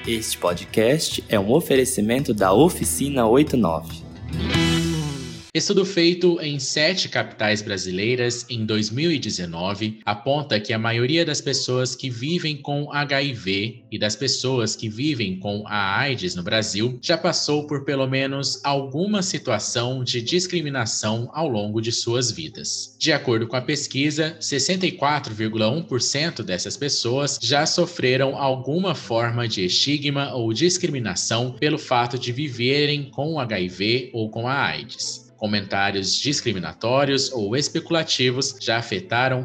Este podcast é um oferecimento da Oficina 89. Estudo feito em 7 capitais brasileiras em 2019 aponta que a maioria das pessoas que vivem com HIV e das pessoas que vivem com a AIDS no Brasil já passou por pelo menos alguma situação de discriminação ao longo de suas vidas. De acordo com a pesquisa, 64,1% dessas pessoas já sofreram alguma forma de estigma ou discriminação pelo fato de viverem com HIV ou com a AIDS. Comentários discriminatórios ou especulativos já afetaram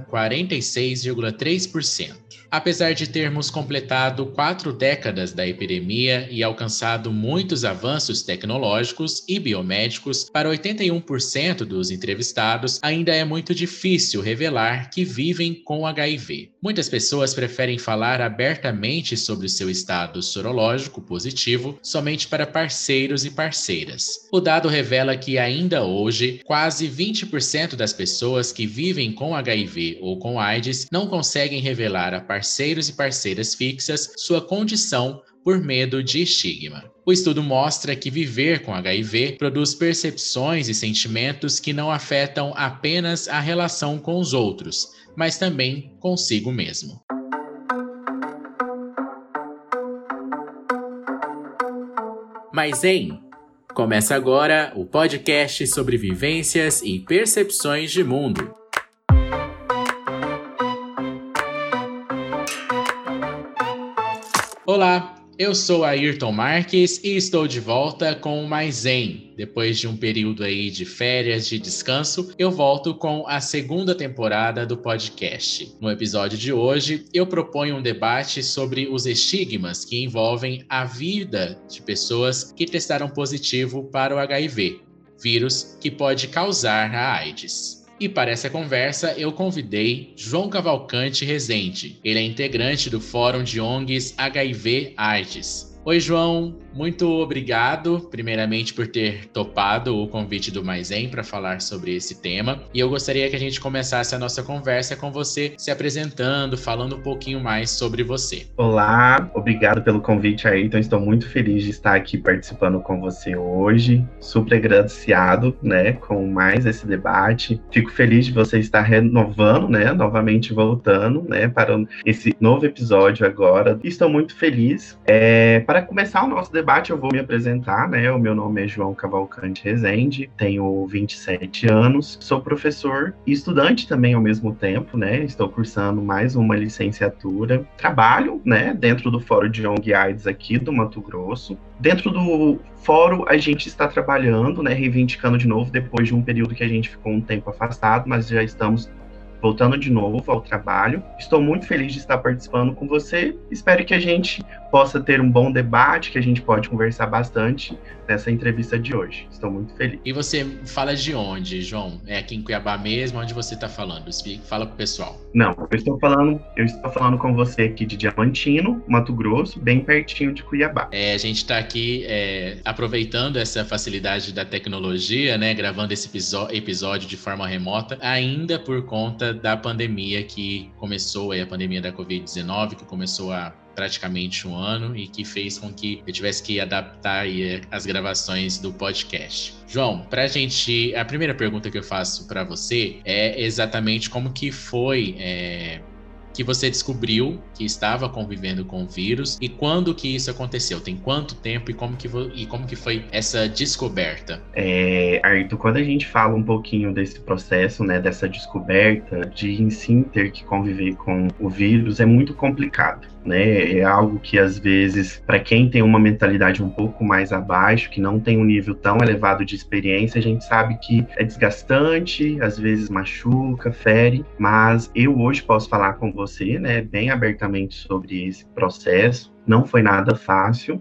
46,3%. Apesar de termos completado 4 décadas da epidemia e alcançado muitos avanços tecnológicos e biomédicos, para 81% dos entrevistados, ainda é muito difícil revelar que vivem com HIV. Muitas pessoas preferem falar abertamente sobre o seu estado sorológico positivo somente para parceiros e parceiras. O dado revela que ainda hoje, quase 20% das pessoas que vivem com HIV ou com AIDS não conseguem revelar a parceiros e parceiras fixas sua condição por medo de estigma. O estudo mostra que viver com HIV produz percepções e sentimentos que não afetam apenas a relação com os outros, mas também consigo mesmo. Mas começa agora o podcast sobre vivências e percepções de mundo. Olá, eu sou Ayrton Marques e estou de volta com mais Zen. Depois de um período aí de férias, de descanso, eu volto com a segunda temporada do podcast. No episódio de hoje, eu proponho um debate sobre os estigmas que envolvem a vida de pessoas que testaram positivo para o HIV, vírus que pode causar a AIDS. E para essa conversa, eu convidei João Cavalcante Rezende. Ele é integrante do Fórum de ONGs HIV/AIDS. Oi, João. Muito obrigado, primeiramente, por ter topado o convite do Mais Zen para falar sobre esse tema. E eu gostaria que a gente começasse a nossa conversa com você se apresentando, falando um pouquinho mais sobre você. Olá, obrigado pelo convite, Ayrton. Estou muito feliz de estar aqui participando com você hoje. Super agradecido, com mais esse debate. Fico feliz de você estar renovando, novamente voltando, para esse novo episódio agora. Estou muito feliz. Para começar o nosso debate, eu vou me apresentar, O meu nome é João Cavalcante Rezende, tenho 27 anos, sou professor e estudante também ao mesmo tempo, Estou cursando mais uma licenciatura. Trabalho, dentro do Fórum de ONG AIDS aqui do Mato Grosso. Dentro do fórum, a gente está trabalhando, reivindicando de novo, depois de um período que a gente ficou um tempo afastado, mas já estamos voltando de novo ao trabalho. Estou muito feliz de estar participando com você. Espero que a gente possa ter um bom debate, que a gente pode conversar bastante nessa entrevista de hoje. Estou muito feliz. E você fala de onde, João? É aqui em Cuiabá mesmo? Onde você está falando? Fala pro pessoal. Não, eu estou falando com você aqui de Diamantino, Mato Grosso, bem pertinho de Cuiabá. A gente está aqui aproveitando essa facilidade da tecnologia, gravando esse episódio de forma remota, ainda por conta da pandemia que começou, a pandemia da Covid-19, que começou há praticamente um ano e que fez com que eu tivesse que adaptar aí as gravações do podcast. João, a primeira pergunta que eu faço para você é exatamente como que foi que você descobriu que estava convivendo com o vírus e quando que isso aconteceu? Tem quanto tempo e como que foi essa descoberta? Ayrton, quando a gente fala um pouquinho desse processo, dessa descoberta de em si ter que conviver com o vírus, é muito complicado, É algo que às vezes, para quem tem uma mentalidade um pouco mais abaixo, que não tem um nível tão elevado de experiência, a gente sabe que é desgastante, às vezes machuca, fere, mas eu hoje posso falar com você, bem abertamente sobre esse processo. Não foi nada fácil,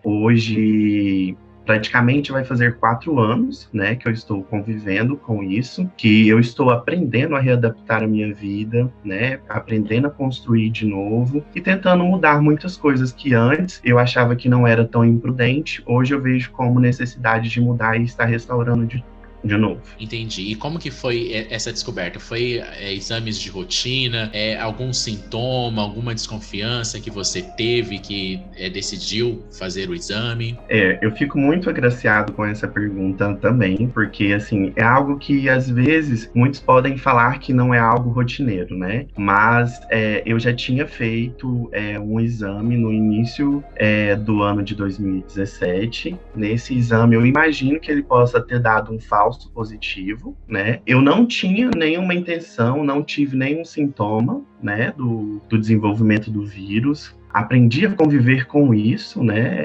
Hoje praticamente vai fazer 4 anos, que eu estou convivendo com isso, que eu estou aprendendo a readaptar a minha vida, aprendendo a construir de novo e tentando mudar muitas coisas que antes eu achava que não era tão imprudente, hoje eu vejo como necessidade de mudar e estar restaurando de novo. Entendi. E como que foi essa descoberta? Foi exames de rotina? Algum sintoma, alguma desconfiança que você teve que decidiu fazer o exame? Eu fico muito agraciado com essa pergunta também, porque, assim, é algo que, às vezes, muitos podem falar que não é algo rotineiro, né? Mas eu já tinha feito um exame no início do ano de 2017. Nesse exame, eu imagino que ele possa ter dado um falso positivo, né? Eu não tinha nenhuma intenção, não tive nenhum sintoma, né, do desenvolvimento do vírus. Aprendi a conviver com isso, né?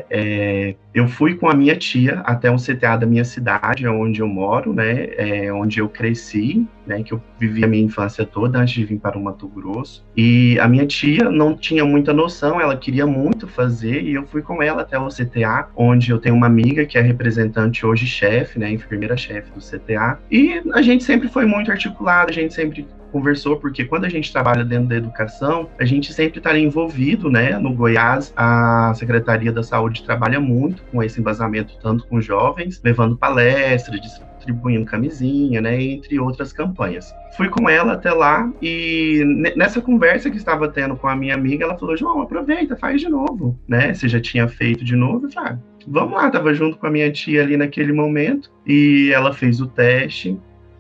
Eu fui com a minha tia até um CTA da minha cidade, onde eu moro, né? Onde eu cresci, né? Que eu vivi a minha infância toda antes de vir para o Mato Grosso. E a minha tia não tinha muita noção, ela queria muito fazer, e eu fui com ela até o CTA, onde eu tenho uma amiga que é representante hoje chefe, né? Enfermeira-chefe do CTA. E a gente sempre foi muito articulado, a gente sempre conversou, porque quando a gente trabalha dentro da educação, a gente sempre está envolvido, né? No Goiás, a Secretaria da Saúde trabalha muito com esse embasamento, tanto com jovens, levando palestras, distribuindo camisinha, né? Entre outras campanhas. Fui com ela até lá e nessa conversa que estava tendo com a minha amiga, ela falou: João, aproveita, faz de novo, né? Você já tinha feito de novo? Eu falei: vamos lá, tava junto com a minha tia ali naquele momento e ela fez o teste.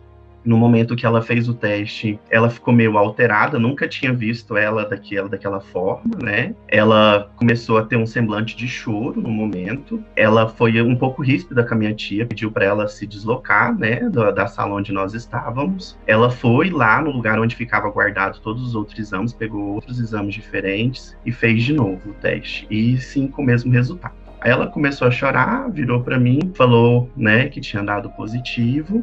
No momento que ela fez o teste, ela ficou meio alterada, nunca tinha visto ela daquela forma, né? Ela começou a ter um semblante de choro no momento. Ela foi um pouco ríspida com a minha tia, pediu para ela se deslocar, né, da sala onde nós estávamos. Ela foi lá no lugar onde ficava guardado todos os outros exames, pegou outros exames diferentes e fez de novo o teste. E sim, com o mesmo resultado. Aí ela começou a chorar, virou para mim, falou, né, que tinha dado positivo.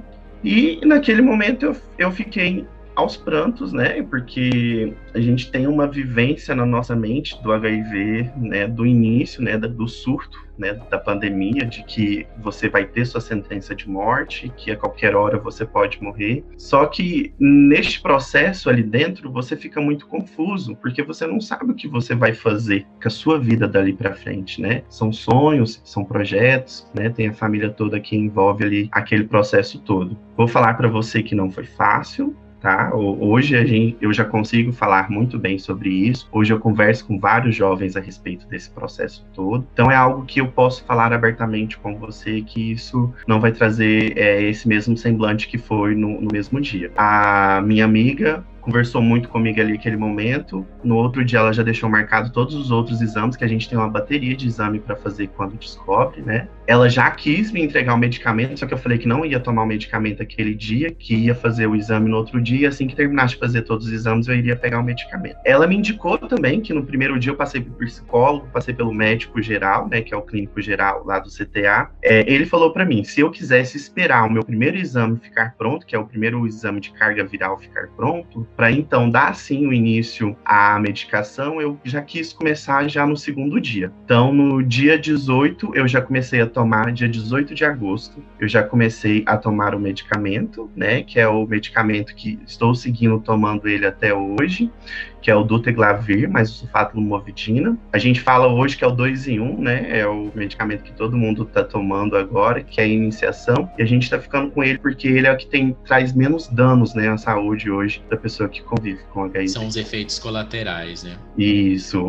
E naquele momento eu fiquei aos prantos, né? Porque a gente tem uma vivência na nossa mente do HIV, né? Do início, né? Do surto, né? Da pandemia, de que você vai ter sua sentença de morte, que a qualquer hora você pode morrer. Só que neste processo ali dentro, você fica muito confuso, porque você não sabe o que você vai fazer com a sua vida dali para frente, né? São sonhos, são projetos, né? Tem a família toda que envolve ali aquele processo todo. Vou falar para você que não foi fácil, tá? Hoje eu já consigo falar muito bem sobre isso. Hoje eu converso com vários jovens a respeito desse processo todo. Então é algo que eu posso falar abertamente com você, que isso não vai trazer esse mesmo semblante que foi no mesmo dia. A minha amiga conversou muito comigo ali naquele momento. No outro dia ela já deixou marcado todos os outros exames, que a gente tem uma bateria de exame para fazer quando descobre, né? Ela já quis me entregar o medicamento, só que eu falei que não ia tomar o medicamento aquele dia, que ia fazer o exame no outro dia, assim que terminasse de fazer todos os exames eu iria pegar o medicamento. Ela me indicou também que no primeiro dia eu passei por psicólogo, passei pelo médico geral, né, que é o clínico geral lá do CTA. Ele falou para mim, se eu quisesse esperar o meu primeiro exame ficar pronto, que é o primeiro exame de carga viral ficar pronto, para então dar sim o início à medicação, eu já quis começar já no segundo dia. Então, no dia 18, eu já comecei a tomar, dia 18 de agosto, eu já comecei a tomar o medicamento, né, que é o medicamento que estou seguindo tomando ele até hoje, que é o Duteglavir, mais o sulfato lumovidina. A gente fala hoje que é o 2 em 1, né, é o medicamento que todo mundo está tomando agora, que é a iniciação, e a gente está ficando com ele porque ele é o que traz menos danos, né, à saúde hoje da pessoa que convive com HIV. São os efeitos colaterais, né? Isso,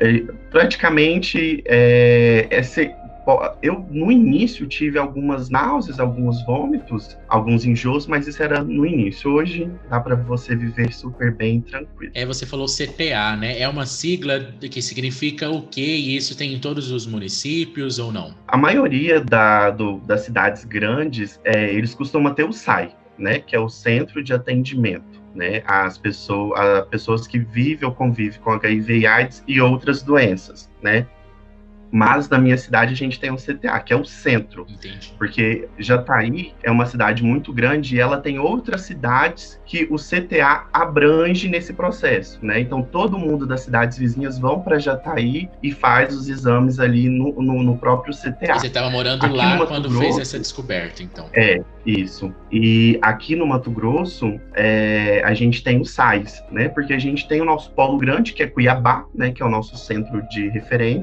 praticamente eu no início tive algumas náuseas, alguns vômitos, alguns enjoos, mas isso era no início. Hoje dá para você viver super bem, tranquilo. Você falou CTA, né? É uma sigla que significa o quê? E isso tem em todos os municípios ou não? A maioria das cidades grandes, eles costumam ter o SAI, né? Que é o Centro de Atendimento, né? As pessoas que vivem ou convivem com HIV e AIDS e outras doenças, né? Mas na minha cidade a gente tem um CTA, que é o centro. Entendi. Porque Jataí é uma cidade muito grande e ela tem outras cidades que o CTA abrange nesse processo, né? Então todo mundo das cidades vizinhas vão para Jataí e faz os exames ali no próprio CTA. Você estava morando aqui lá quando fez essa descoberta, então. Isso. E aqui no Mato Grosso, a gente tem os SAIs, né? Porque a gente tem o nosso polo grande, que é Cuiabá, né? Que é o nosso centro de referência.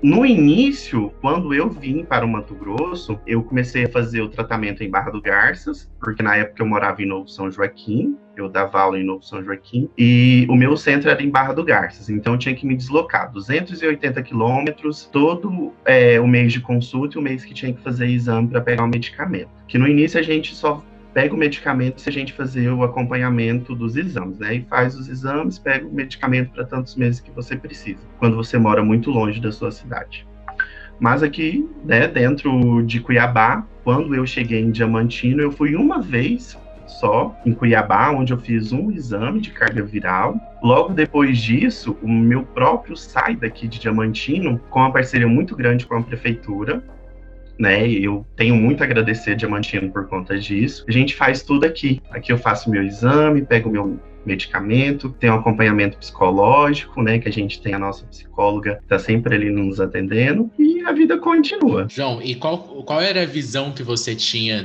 No início, quando eu vim para o Mato Grosso, eu comecei a fazer o tratamento em Barra do Garças, porque na época eu morava em Novo São Joaquim, eu dava aula em Novo São Joaquim, e o meu centro era em Barra do Garças, então eu tinha que me deslocar 280 quilômetros, todo o mês de consulta e o mês que tinha que fazer exame para pegar o medicamento. Que no início a gente só pega o medicamento se a gente fazer o acompanhamento dos exames, né? E faz os exames, pega o medicamento para tantos meses que você precisa, quando você mora muito longe da sua cidade. Mas aqui, né, dentro de Cuiabá, quando eu cheguei em Diamantino, eu fui uma vez só em Cuiabá, onde eu fiz um exame de carga viral. Logo depois disso, o meu próprio SAI daqui de Diamantino, com uma parceria muito grande com a prefeitura, né, eu tenho muito a agradecer a Diamantino por conta disso. A gente faz tudo aqui. Aqui eu faço meu exame, pego meu medicamento, tem um acompanhamento psicológico, né, que a gente tem a nossa psicóloga que tá sempre ali nos atendendo, e a vida continua. João, e qual era a visão que você tinha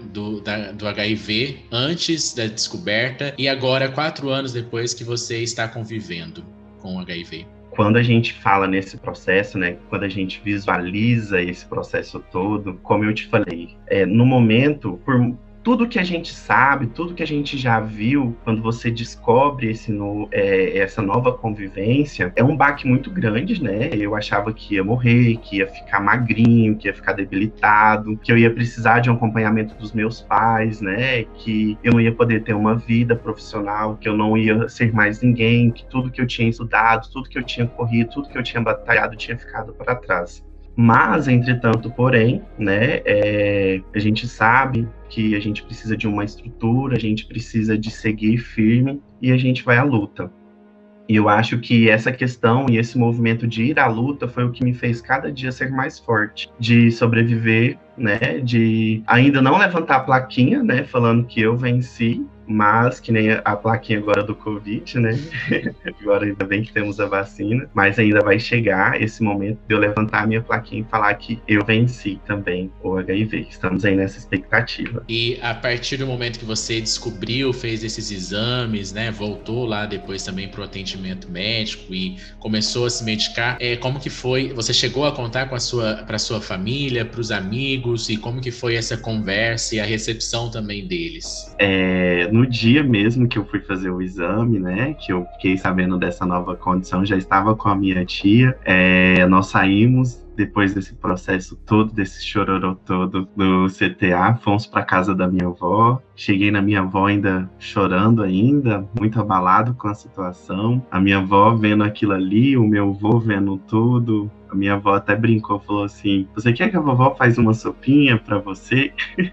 do HIV antes da descoberta e agora, 4 anos depois que você está convivendo com o HIV? Quando a gente fala nesse processo, né, quando a gente visualiza esse processo todo, como eu te falei, no momento, por tudo que a gente sabe, tudo que a gente já viu, quando você descobre essa nova convivência, é um baque muito grande, né? Eu achava que ia morrer, que ia ficar magrinho, que ia ficar debilitado, que eu ia precisar de um acompanhamento dos meus pais, né? Que eu não ia poder ter uma vida profissional, que eu não ia ser mais ninguém, que tudo que eu tinha estudado, tudo que eu tinha corrido, tudo que eu tinha batalhado tinha ficado para trás. Mas, entretanto, porém, né, a gente sabe que a gente precisa de uma estrutura, a gente precisa de seguir firme e a gente vai à luta. E eu acho que essa questão e esse movimento de ir à luta foi o que me fez cada dia ser mais forte, de sobreviver, né, de ainda não levantar a plaquinha, né, falando que eu venci, mas que nem a plaquinha agora do Covid, né? Agora ainda bem que temos a vacina, mas ainda vai chegar esse momento de eu levantar a minha plaquinha e falar que eu venci também o HIV. Estamos aí nessa expectativa. E a partir do momento que você descobriu, fez esses exames, né? Voltou lá depois também para o atendimento médico e começou a se medicar, como que foi? Você chegou a contar para a sua família, para os amigos, e como que foi essa conversa e a recepção também deles? No dia mesmo que eu fui fazer o exame, né, que eu fiquei sabendo dessa nova condição, já estava com a minha tia, nós saímos depois desse processo todo, desse chororô todo do CTA, fomos para casa da minha avó. Cheguei na minha avó ainda chorando ainda, muito abalado com a situação. A minha avó vendo aquilo ali, o meu avô vendo tudo. A minha avó até brincou, falou assim: "Você quer que a vovó faz uma sopinha para você?"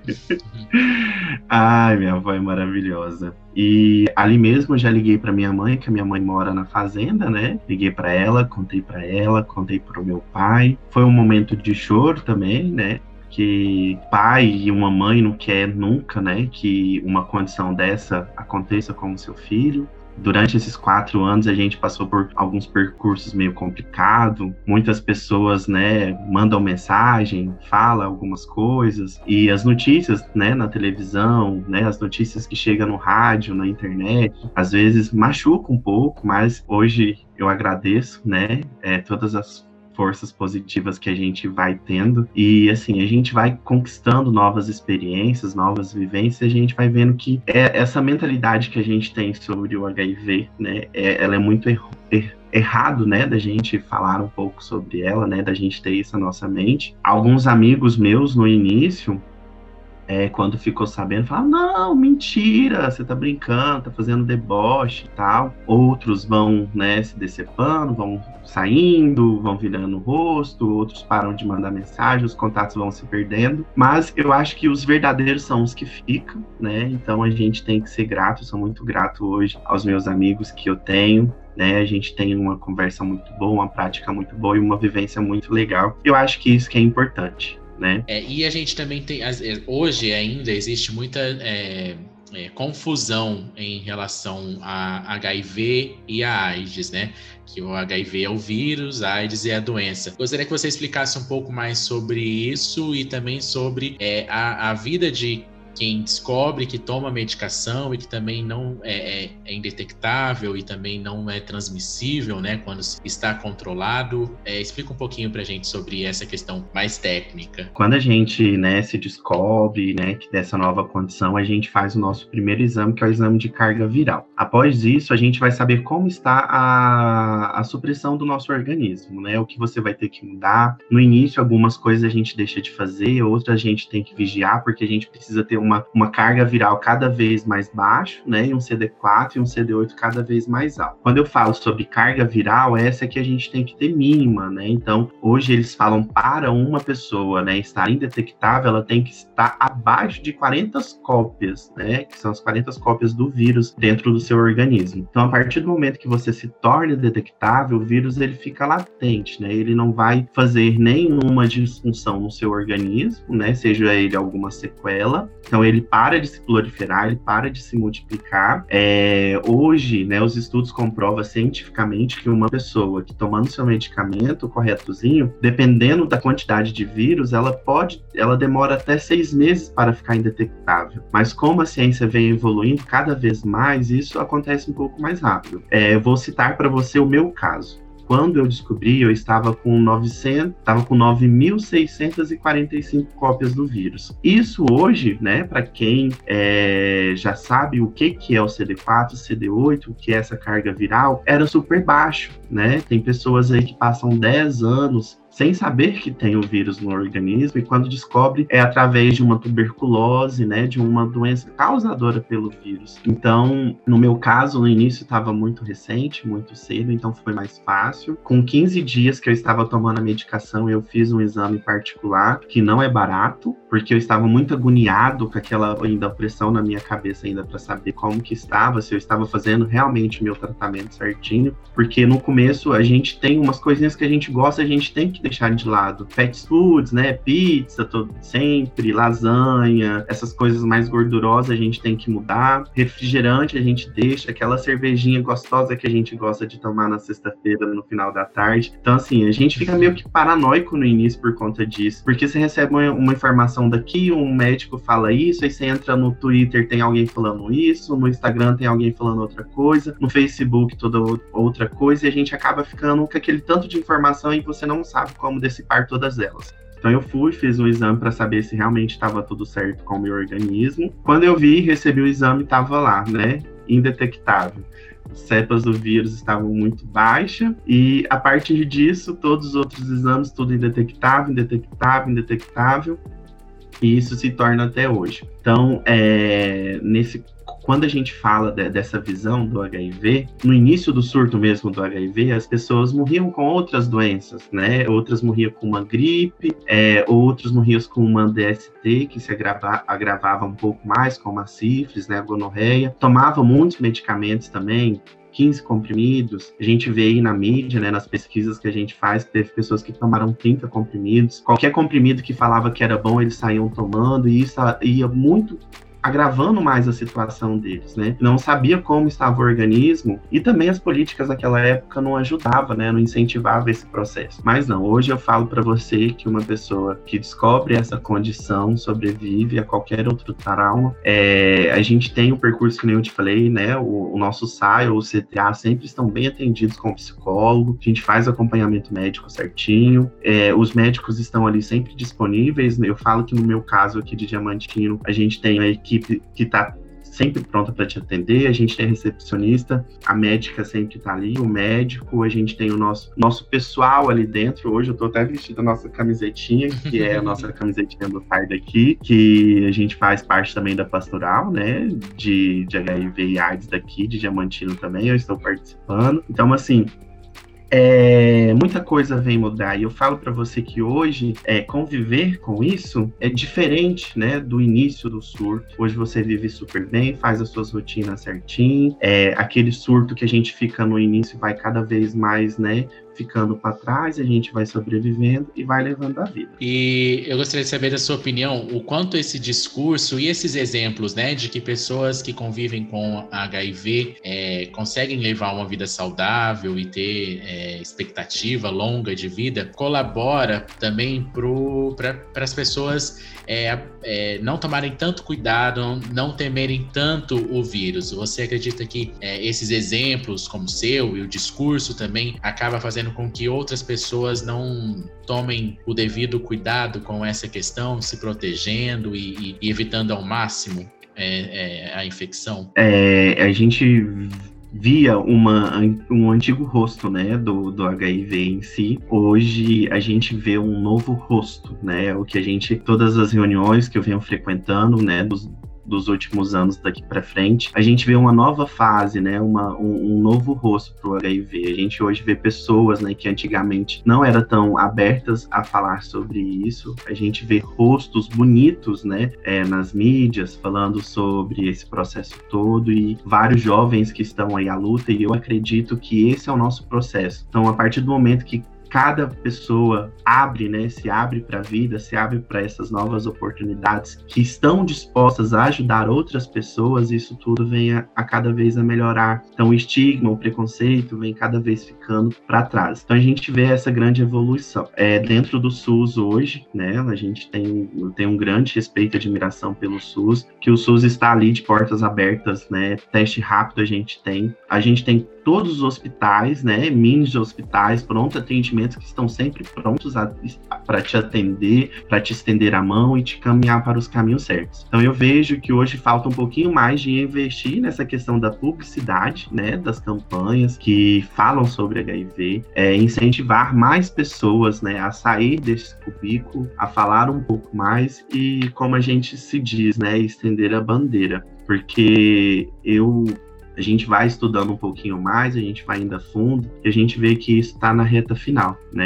Ai, minha avó é maravilhosa. E ali mesmo eu já liguei para minha mãe, que a minha mãe mora na fazenda, né? Liguei para ela, contei pro meu pai. Foi um momento de choro também, né? Que pai e uma mãe não quer nunca, né, que uma condição dessa aconteça com o seu filho. Durante esses 4 anos a gente passou por alguns percursos meio complicados. Muitas pessoas, né, mandam mensagem, falam algumas coisas, e as notícias, né, na televisão, né, as notícias que chegam no rádio, na internet, às vezes machucam um pouco, mas hoje eu agradeço, né, todas as forças positivas que a gente vai tendo, e assim, a gente vai conquistando novas experiências, novas vivências, a gente vai vendo que essa mentalidade que a gente tem sobre o HIV, né, ela é muito errado, né, da gente falar um pouco sobre ela, né, da gente ter isso na nossa mente. Alguns amigos meus no início, quando ficou sabendo, falaram: "Não, mentira, você tá brincando, tá fazendo deboche e tal." Outros vão, né, se decepando, vão saindo, vão virando o rosto, outros param de mandar mensagem, os contatos vão se perdendo. Mas eu acho que os verdadeiros são os que ficam, né? Então a gente tem que ser grato, eu sou muito grato hoje aos meus amigos que eu tenho, né? A gente tem uma conversa muito boa, uma prática muito boa e uma vivência muito legal. Eu acho que isso que é importante. Né? E a gente também tem, hoje ainda existe muita confusão em relação a HIV e a AIDS, né? Que o HIV é o vírus, a AIDS é a doença. Gostaria que você explicasse um pouco mais sobre isso e também sobre a vida de quem descobre que toma medicação e que também não é indetectável e também não é transmissível, né, quando está controlado. Explica um pouquinho pra gente sobre essa questão mais técnica. Quando a gente, né, se descobre, né, que dessa nova condição, a gente faz o nosso primeiro exame, que é o exame de carga viral. Após isso, a gente vai saber como está a supressão do nosso organismo, né, o que você vai ter que mudar. No início, algumas coisas a gente deixa de fazer, outras a gente tem que vigiar, porque a gente precisa ter uma carga viral cada vez mais baixo, né, e um CD4 e um CD8 cada vez mais alto. Quando eu falo sobre carga viral, essa é que a gente tem que ter mínima, né, então hoje eles falam para uma pessoa, né, estar indetectável, ela tem que estar abaixo de 40 cópias, né, que são as 40 cópias do vírus dentro do seu organismo. Então, a partir do momento que você se torna detectável, o vírus ele fica latente, né, ele não vai fazer nenhuma disfunção no seu organismo, né, seja ele alguma sequela, então ele para de se proliferar, ele para de se multiplicar. Hoje, né, os estudos comprovam cientificamente que uma pessoa que tomando seu medicamento corretozinho, dependendo da quantidade de vírus, ela demora até 6 meses para ficar indetectável. Mas como a ciência vem evoluindo cada vez mais, isso acontece um pouco mais rápido. Vou citar para você o meu caso. Quando eu descobri, eu estava com 9.645 cópias do vírus. Isso hoje, né, para quem já sabe o que é o CD4, CD8, o que é essa carga viral, era super baixo, né? Tem pessoas aí que passam 10 anos sem saber que tem o vírus no organismo, e quando descobre é através de uma tuberculose, né, de uma doença causadora pelo vírus. Então, no meu caso, no início estava muito recente, muito cedo, então foi mais fácil. Com 15 dias que eu estava tomando a medicação, eu fiz um exame particular, que não é barato, porque eu estava muito agoniado com aquela ainda pressão na minha cabeça ainda para saber como que estava, se eu estava fazendo realmente o meu tratamento certinho, porque no começo a gente tem umas coisinhas que a gente gosta, a gente tem que deixar de lado. Fast foods, né? Pizza, sempre, lasanha, essas coisas mais gordurosas a gente tem que mudar. Refrigerante a gente deixa, aquela cervejinha gostosa que a gente gosta de tomar na sexta-feira, no final da tarde. Então, assim, a gente fica meio que paranoico no início por conta disso, porque você recebe uma informação daqui, um médico fala isso, aí você entra no Twitter, tem alguém falando isso, no Instagram tem alguém falando outra coisa, no Facebook toda outra coisa, e a gente acaba ficando com aquele tanto de informação e você não sabe como dissipar todas elas. Então eu fiz um exame para saber se realmente estava tudo certo com o meu organismo. Quando eu recebi o exame, estava lá, né, indetectável. As cepas do vírus estavam muito baixas, e a partir disso, todos os outros exames, tudo indetectável, e isso se torna até hoje. Então, quando a gente fala dessa visão do HIV, no início do surto mesmo do HIV, as pessoas morriam com outras doenças, né? Outras morriam com uma gripe, outros morriam com uma DST, que se agravava um pouco mais, como a sífilis, né? A gonorreia. Tomavam muitos medicamentos também, 15 comprimidos. A gente vê aí na mídia, né, nas pesquisas que a gente faz, que teve pessoas que tomaram 30 comprimidos. Qualquer comprimido que falava que era bom, eles saíam tomando, e isso ia muito agravando mais a situação deles, né? Não sabia como estava o organismo, e também as políticas daquela época não ajudavam, né? Não incentivavam esse processo. Mas não, hoje eu falo para você que uma pessoa que descobre essa condição sobrevive a qualquer outro trauma. A gente tem o percurso que nem eu te falei, né? O nosso SAI ou o CTA sempre estão bem atendidos com o psicólogo, a gente faz acompanhamento médico certinho, os médicos estão ali sempre disponíveis. Eu falo que no meu caso aqui de Diamantino, a gente tem a equipe que está sempre pronta para te atender, a gente tem a recepcionista, a médica sempre está ali, o médico, a gente tem o nosso pessoal ali dentro. Hoje eu estou até vestindo a nossa camisetinha, que é a nossa camisetinha do Pai daqui, que a gente faz parte também da pastoral, né, de HIV e AIDS daqui, de Diamantino também, eu estou participando. Então, assim, muita coisa vem mudar, e eu falo para você que hoje conviver com isso é diferente, né, do início do surto. Hoje você vive super bem, faz as suas rotinas certinho, aquele surto que a gente fica no início vai cada vez mais, né, ficando para trás, a gente vai sobrevivendo e vai levando a vida. E eu gostaria de saber da sua opinião, o quanto esse discurso e esses exemplos, né, de que pessoas que convivem com HIV conseguem levar uma vida saudável e ter expectativa longa de vida, colabora também para as pessoas não tomarem tanto cuidado, não temerem tanto o vírus. Você acredita que esses exemplos como o seu e o discurso também acaba fazendo com que outras pessoas não tomem o devido cuidado com essa questão, se protegendo e evitando ao máximo a infecção? A gente via um antigo rosto, né, do HIV em si. Hoje a gente vê um novo rosto, né, o que a gente, todas as reuniões que eu venho frequentando, né, dos últimos anos daqui para frente, a gente vê uma nova fase, né, um novo rosto para o HIV. A gente hoje vê pessoas, né, que antigamente não eram tão abertas a falar sobre isso. A gente vê rostos bonitos, né, nas mídias, falando sobre esse processo todo, e vários jovens que estão aí à luta, e eu acredito que esse é o nosso processo. Então, a partir do momento que cada pessoa se abre para a vida, se abre para essas novas oportunidades, que estão dispostas a ajudar outras pessoas, isso tudo vem a cada vez a melhorar. Então o estigma, o preconceito vem cada vez ficando para trás. Então a gente vê essa grande evolução. Dentro do SUS hoje, né, a gente tem um grande respeito e admiração pelo SUS, que o SUS está ali de portas abertas, né, teste rápido a gente tem todos os hospitais, né, mini hospitais, pronto atendimentos que estão sempre prontos para te atender, para te estender a mão e te caminhar para os caminhos certos. Então eu vejo que hoje falta um pouquinho mais de investir nessa questão da publicidade, né, das campanhas que falam sobre HIV, incentivar mais pessoas, né, a sair desse cubículo, a falar um pouco mais e, como a gente se diz, né, estender a bandeira, porque a gente vai estudando um pouquinho mais, a gente vai indo a fundo e a gente vê que isso está na reta final, né?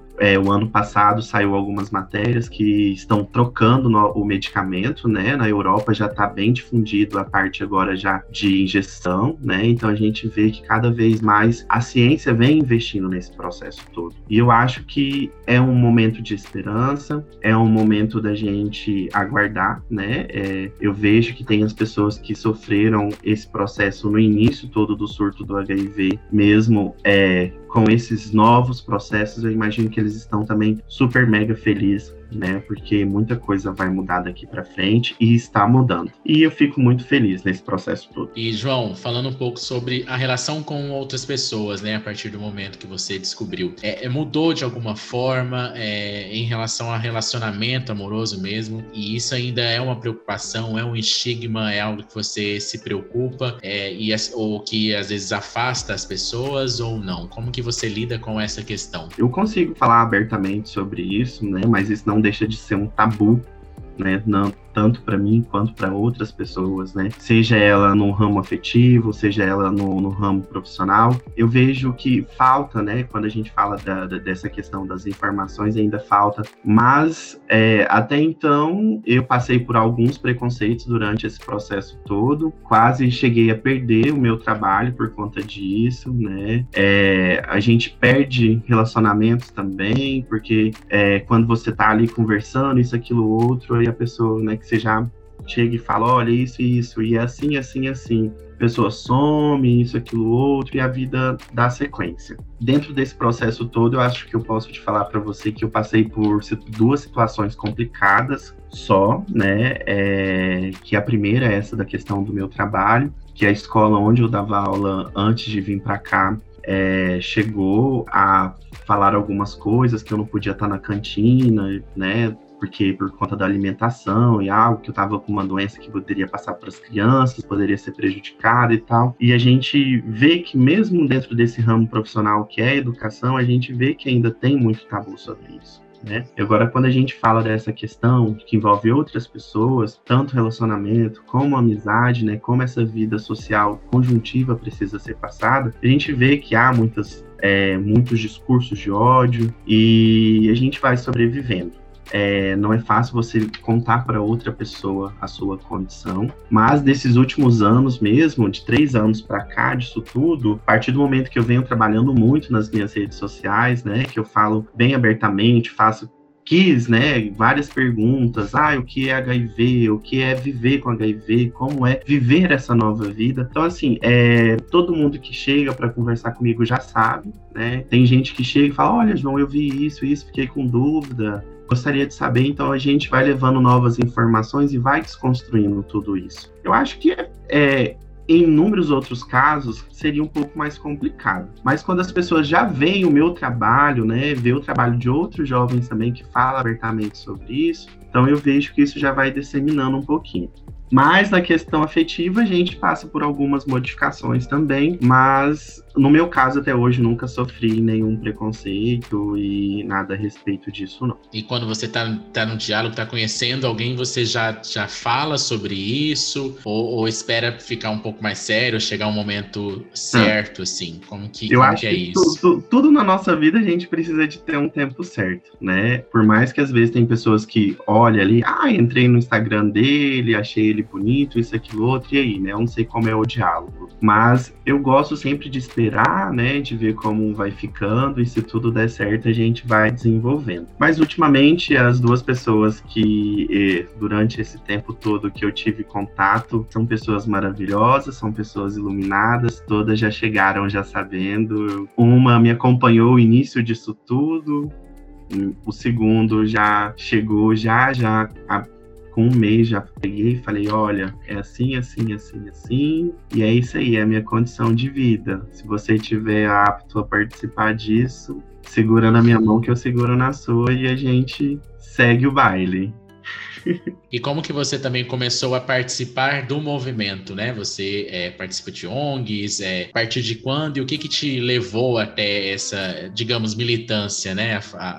O ano passado saiu algumas matérias que estão trocando o medicamento, né? Na Europa já está bem difundido a parte agora já de injeção, né? Então a gente vê que cada vez mais a ciência vem investindo nesse processo todo. E eu acho que é um momento de esperança, é um momento da gente aguardar, né? Eu vejo que tem as pessoas que sofreram esse processo no início todo do surto do HIV, mesmo com esses novos processos, eu imagino que eles estão também super mega felizes, né? Porque muita coisa vai mudar daqui para frente e está mudando. E eu fico muito feliz nesse processo todo. E, João, falando um pouco sobre a relação com outras pessoas, né? A partir do momento que você descobriu, mudou de alguma forma em relação a relacionamento amoroso mesmo? E isso ainda é uma preocupação, é um estigma, é algo que você se preocupa ou que às vezes afasta as pessoas ou não? Como que você lida com essa questão? Eu consigo falar abertamente sobre isso, né? Mas isso não deixa de ser um tabu, né? Não, tanto para mim quanto para outras pessoas, né? Seja ela no ramo afetivo, seja ela no ramo profissional. Eu vejo que falta, né? Quando a gente fala dessa questão das informações, ainda falta. Mas até então eu passei por alguns preconceitos durante esse processo todo. Quase cheguei a perder o meu trabalho por conta disso, né? A gente perde relacionamentos também, porque quando você tá ali conversando, isso, aquilo, outro, aí a pessoa, né? Que você já chega e fala, olha, isso, e é assim, assim, assim. A pessoa some, isso, aquilo, outro, e a vida dá sequência. Dentro desse processo todo, eu acho que eu posso te falar para você que eu passei por duas situações complicadas só, né? Que a primeira é essa da questão do meu trabalho, que a escola onde eu dava aula antes de vir para cá chegou a falar algumas coisas que eu não podia estar na cantina, né? Porque por conta da alimentação e algo que eu estava com uma doença que poderia passar para as crianças, poderia ser prejudicada e tal. E a gente vê que mesmo dentro desse ramo profissional que é a educação, a gente vê que ainda tem muito tabu sobre isso, né? E agora, quando a gente fala dessa questão que envolve outras pessoas, tanto relacionamento como amizade, né, como essa vida social conjuntiva precisa ser passada, a gente vê que há muitos discursos de ódio e a gente vai sobrevivendo. Não é fácil você contar para outra pessoa a sua condição, mas desses últimos anos mesmo, de 3 anos para cá, disso tudo, a partir do momento que eu venho trabalhando muito nas minhas redes sociais, né, que eu falo bem abertamente, né, várias perguntas, o que é HIV, o que é viver com HIV, como é viver essa nova vida. Então, assim, todo mundo que chega para conversar comigo já sabe, né, tem gente que chega e fala, olha, João, eu vi isso, fiquei com dúvida, gostaria de saber, então a gente vai levando novas informações e vai desconstruindo tudo isso. Eu acho que em inúmeros outros casos, seria um pouco mais complicado. Mas quando as pessoas já veem o meu trabalho, né, vê o trabalho de outros jovens também que falam abertamente sobre isso, então eu vejo que isso já vai disseminando um pouquinho. Mas na questão afetiva, a gente passa por algumas modificações também, mas no meu caso, até hoje, nunca sofri nenhum preconceito e nada a respeito disso, não. E quando você tá no diálogo, tá conhecendo alguém, você já fala sobre isso? Ou espera ficar um pouco mais sério, chegar um momento certo, assim? Como que é isso? Tudo na nossa vida a gente precisa de ter um tempo certo, né? Por mais que às vezes tem pessoas que olham ali, entrei no Instagram dele, achei ele bonito, isso, aquilo, outro, e aí, né? Eu não sei como é o diálogo. Mas eu gosto sempre de esperar, né? De ver como vai ficando, e se tudo der certo, a gente vai desenvolvendo. Mas ultimamente, as duas pessoas que, durante esse tempo todo que eu tive contato, são pessoas maravilhosas, são pessoas iluminadas, todas já chegaram já sabendo. Uma me acompanhou o início disso tudo, o segundo já chegou com um mês já peguei e falei, olha, é assim, assim, assim, assim, e é isso aí, é a minha condição de vida. Se você estiver apto a participar disso, segura na minha mão que eu seguro na sua e a gente segue o baile. E como que você também começou a participar do movimento, né? Você participa de ONGs, a partir de quando e o que te levou até essa, digamos, militância, né?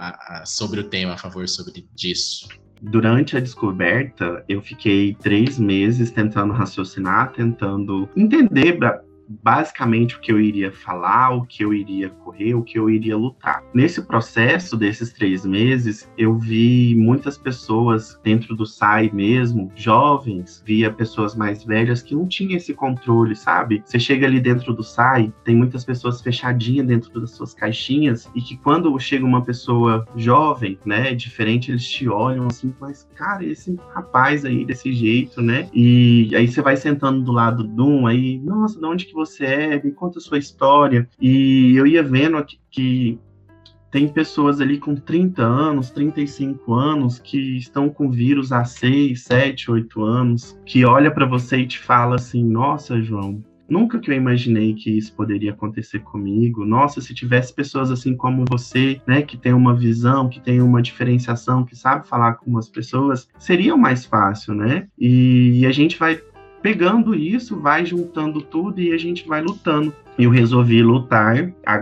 Sobre o tema, a favor disso? Durante a descoberta, eu fiquei 3 meses tentando raciocinar, tentando entender basicamente o que eu iria falar, o que eu iria correr, o que eu iria lutar. Nesse processo desses 3 meses, eu vi muitas pessoas dentro do SAI mesmo, jovens, via pessoas mais velhas que não tinham esse controle, sabe? Você chega ali dentro do SAI, tem muitas pessoas fechadinhas dentro das suas caixinhas, e que quando chega uma pessoa jovem, né, diferente, eles te olham assim, mas, cara, esse rapaz aí desse jeito, né? E aí você vai sentando do lado de um, aí, nossa, de onde que você é? Me conta a sua história. E eu ia vendo que tem pessoas ali com 30 anos, 35 anos, que estão com vírus há 6, 7, 8 anos, que olha para você e te fala assim, nossa, João, nunca que eu imaginei que isso poderia acontecer comigo. Nossa, se tivesse pessoas assim como você, né, que tem uma visão, que tem uma diferenciação, que sabe falar com as pessoas, seria mais fácil, né? E a gente vai pegando isso, vai juntando tudo e a gente vai lutando. Eu resolvi lutar há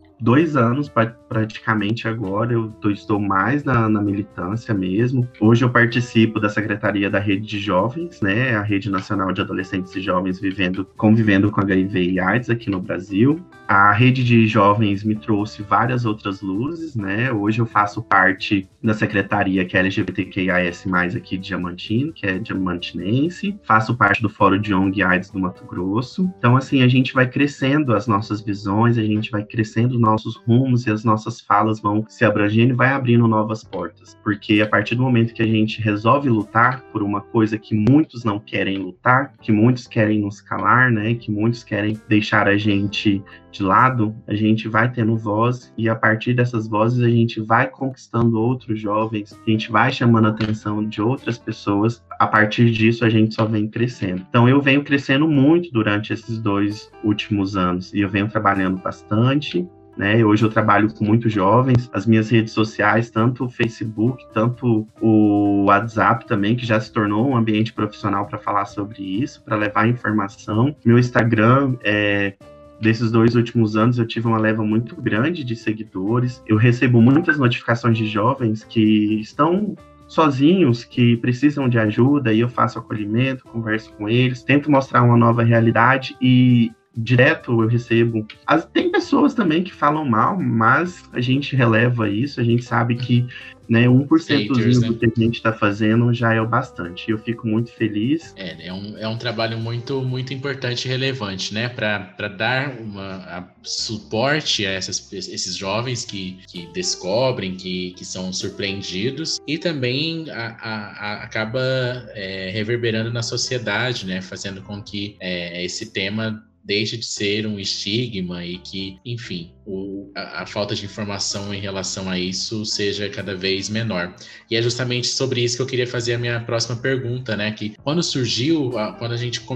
2 anos, praticamente agora, eu estou mais na militância mesmo. Hoje eu participo da Secretaria da Rede de Jovens, né, a Rede Nacional de Adolescentes e Jovens convivendo com HIV e AIDS aqui no Brasil. A Rede de Jovens me trouxe várias outras luzes, né, hoje eu faço parte da Secretaria que é LGBTQIAS+, aqui de Diamantino, que é diamantinense. Faço parte do Fórum de ONG AIDS do Mato Grosso. Então, assim, a gente vai crescendo as nossas visões, a gente vai crescendo nossos rumos e as nossas falas vão se abrangendo e vai abrindo novas portas. Porque a partir do momento que a gente resolve lutar por uma coisa que muitos não querem lutar, que muitos querem nos calar, né, que muitos querem deixar a gente de lado, a gente vai tendo voz e a partir dessas vozes a gente vai conquistando outros jovens, a gente vai chamando a atenção de outras pessoas. A partir disso a gente só vem crescendo. Então eu venho crescendo muito durante esses 2 últimos anos e eu venho trabalhando bastante, né? Hoje eu trabalho com muitos jovens, as minhas redes sociais, tanto o Facebook, tanto o WhatsApp também, que já se tornou um ambiente profissional para falar sobre isso, para levar informação. Meu Instagram desses 2 últimos anos eu tive uma leva muito grande de seguidores. Eu recebo muitas notificações de jovens que estão sozinhos, que precisam de ajuda, e eu faço acolhimento, converso com eles, tento mostrar uma nova realidade e direto eu recebo. Tem pessoas também que falam mal, mas a gente releva isso, a gente sabe que, né, 1%zinho do que a gente está fazendo já é o bastante. Eu fico muito feliz. É um trabalho muito, muito importante e relevante, né? Para dar suporte a esses jovens que descobrem, que são surpreendidos, e também acaba reverberando na sociedade, né? Fazendo com que esse tema deixe de ser um estigma e que, enfim, a falta de informação em relação a isso seja cada vez menor. E é justamente sobre isso que eu queria fazer a minha próxima pergunta, né? Que quando surgiu, quando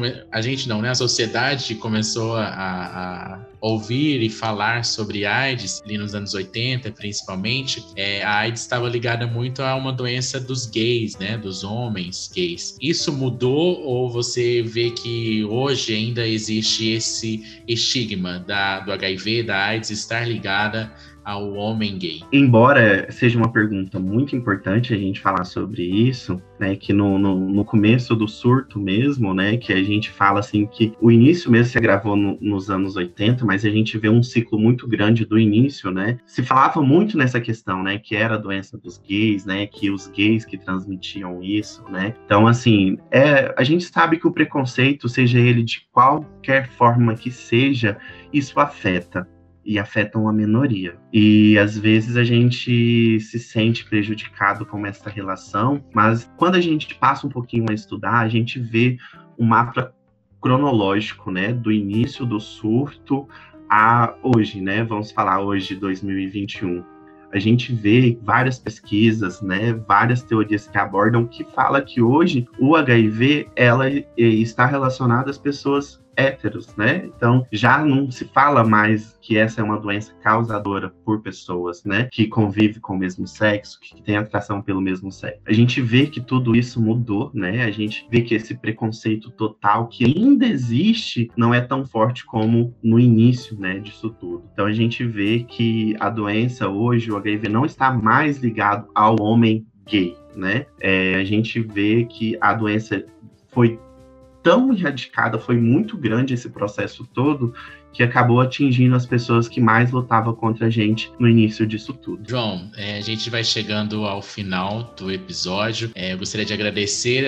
a sociedade começou a ouvir e falar sobre AIDS, ali nos anos 80, principalmente, a AIDS estava ligada muito a uma doença dos gays, né? Dos homens gays. Isso mudou ou você vê que hoje ainda existe esse estigma do HIV, da AIDS, estar ligada ao homem gay? Embora seja uma pergunta muito importante a gente falar sobre isso, né, que no começo do surto mesmo, né, que a gente fala assim que o início mesmo se agravou nos anos 80, mas a gente vê um ciclo muito grande do início, né, se falava muito nessa questão, né, que era a doença dos gays, né, que os gays que transmitiam isso, né, então assim, a gente sabe que o preconceito, seja ele de qualquer forma que seja, isso afeta. E afetam a minoria. E às vezes a gente se sente prejudicado com essa relação, mas quando a gente passa um pouquinho a estudar, a gente vê um mapa cronológico, né, do início do surto a hoje, né, vamos falar hoje, 2021. A gente vê várias pesquisas, né, várias teorias que abordam que fala que hoje o HIV ela está relacionado às pessoas héteros, né? Então, já não se fala mais que essa é uma doença causadora por pessoas, né? Que convivem com o mesmo sexo, que tem atração pelo mesmo sexo. A gente vê que tudo isso mudou, né? A gente vê que esse preconceito total que ainda existe não é tão forte como no início, né, disso tudo. Então, a gente vê que a doença hoje, o HIV, não está mais ligado ao homem gay, né? A gente vê que a doença foi tão erradicada, foi muito grande esse processo todo, que acabou atingindo as pessoas que mais lutavam contra a gente no início disso tudo. João, a gente vai chegando ao final do episódio. Eu gostaria de agradecer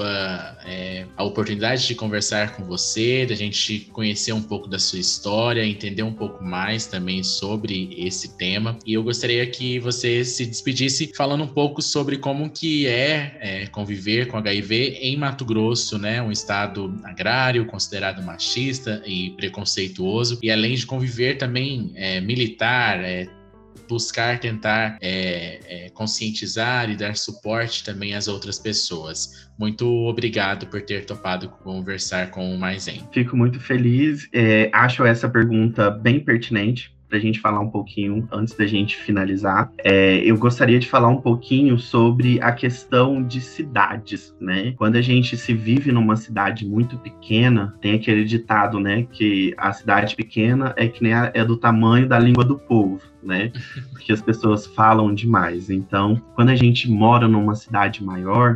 a oportunidade de conversar com você, da gente conhecer um pouco da sua história, entender um pouco mais também sobre esse tema. E eu gostaria que você se despedisse falando um pouco sobre como que conviver com HIV em Mato Grosso, né? Um estado agrário, considerado machista e preconceituoso. E além de conviver também militar, buscar tentar conscientizar e dar suporte também às outras pessoas. Muito obrigado por ter topado conversar com o Mais-Em. Fico muito feliz, acho essa pergunta bem pertinente para a gente falar um pouquinho antes da gente finalizar. Eu gostaria de falar um pouquinho sobre a questão de cidades, né? Quando a gente se vive numa cidade muito pequena, tem aquele ditado, né, que a cidade pequena é que nem é do tamanho da língua do povo, né? Porque as pessoas falam demais. Então, quando a gente mora numa cidade maior,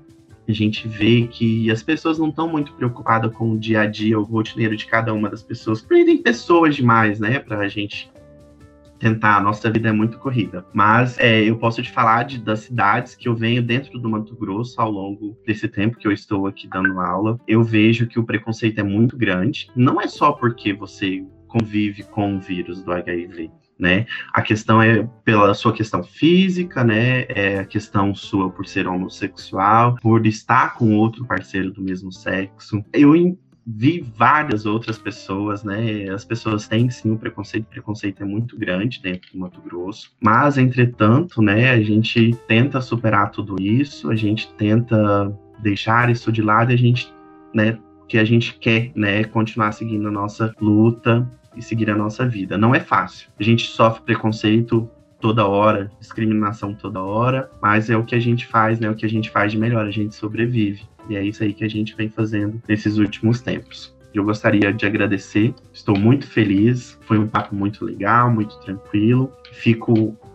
a gente vê que as pessoas não estão muito preocupadas com o dia a dia, o rotineiro de cada uma das pessoas. Porque tem pessoas demais, né, pra gente tentar. A nossa vida é muito corrida. Mas eu posso te falar das cidades que eu venho dentro do Mato Grosso ao longo desse tempo que eu estou aqui dando aula. Eu vejo que o preconceito é muito grande. Não é só porque você convive com o vírus do HIV, né? A questão é pela sua questão física, né? É a questão sua por ser homossexual, por estar com outro parceiro do mesmo sexo. Eu vi várias outras pessoas, né? As pessoas têm sim o preconceito é muito grande dentro do Mato Grosso, mas entretanto, né, a gente tenta superar tudo isso, a gente tenta deixar isso de lado, a gente, né, que a gente quer, né, continuar seguindo a nossa luta e seguir a nossa vida. Não é fácil. A gente sofre preconceito toda hora, discriminação toda hora, mas é o que a gente faz, né? O que a gente faz de melhor, a gente sobrevive. E é isso aí que a gente vem fazendo nesses últimos tempos. Eu gostaria de agradecer, estou muito feliz, foi um papo muito legal, muito tranquilo. Fico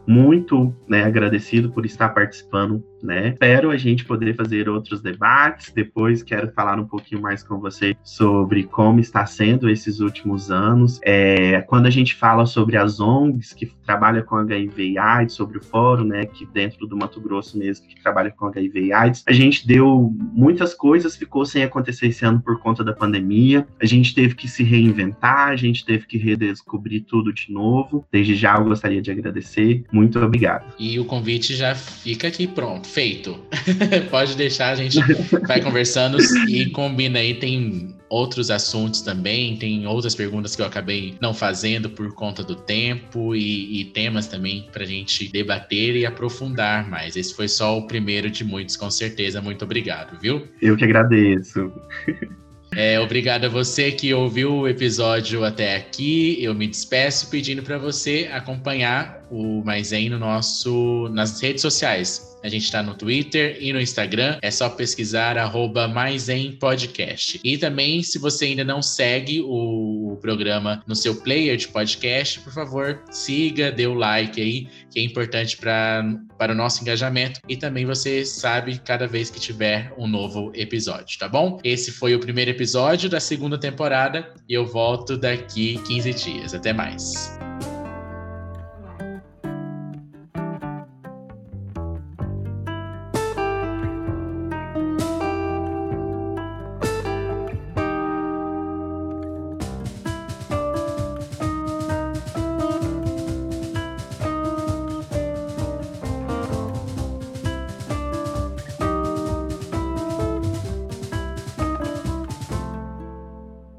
muito, né, agradecido por estar participando, né? Espero a gente poder fazer outros debates. Depois quero falar um pouquinho mais com você sobre como está sendo esses últimos anos. Quando a gente fala sobre as ONGs que trabalham com HIV e AIDS, sobre o fórum, né, que dentro do Mato Grosso mesmo, que trabalha com HIV e AIDS, a gente deu muitas coisas, ficou sem acontecer esse ano por conta da pandemia. A gente teve que se reinventar, a gente teve que redescobrir tudo de novo. Desde já eu gostaria de agradecer. Muito obrigado. E o convite já fica aqui pronto, feito. Pode deixar, a gente vai conversando e combina aí. Tem outros assuntos também, tem outras perguntas que eu acabei não fazendo por conta do tempo e temas também pra gente debater e aprofundar mais. Esse foi só o primeiro de muitos, com certeza. Muito obrigado, viu? Eu que agradeço. Obrigado a você que ouviu o episódio até aqui. Eu me despeço pedindo para você acompanhar o Mais-Em nas redes sociais. A gente está no Twitter e no Instagram. É só pesquisar @MaisEmPodcast. E também, se você ainda não segue o programa no seu player de podcast, por favor, siga, dê o like aí, que é importante para o nosso engajamento. E também você sabe cada vez que tiver um novo episódio, tá bom? Esse foi o primeiro episódio da segunda temporada e eu volto daqui 15 dias. Até mais.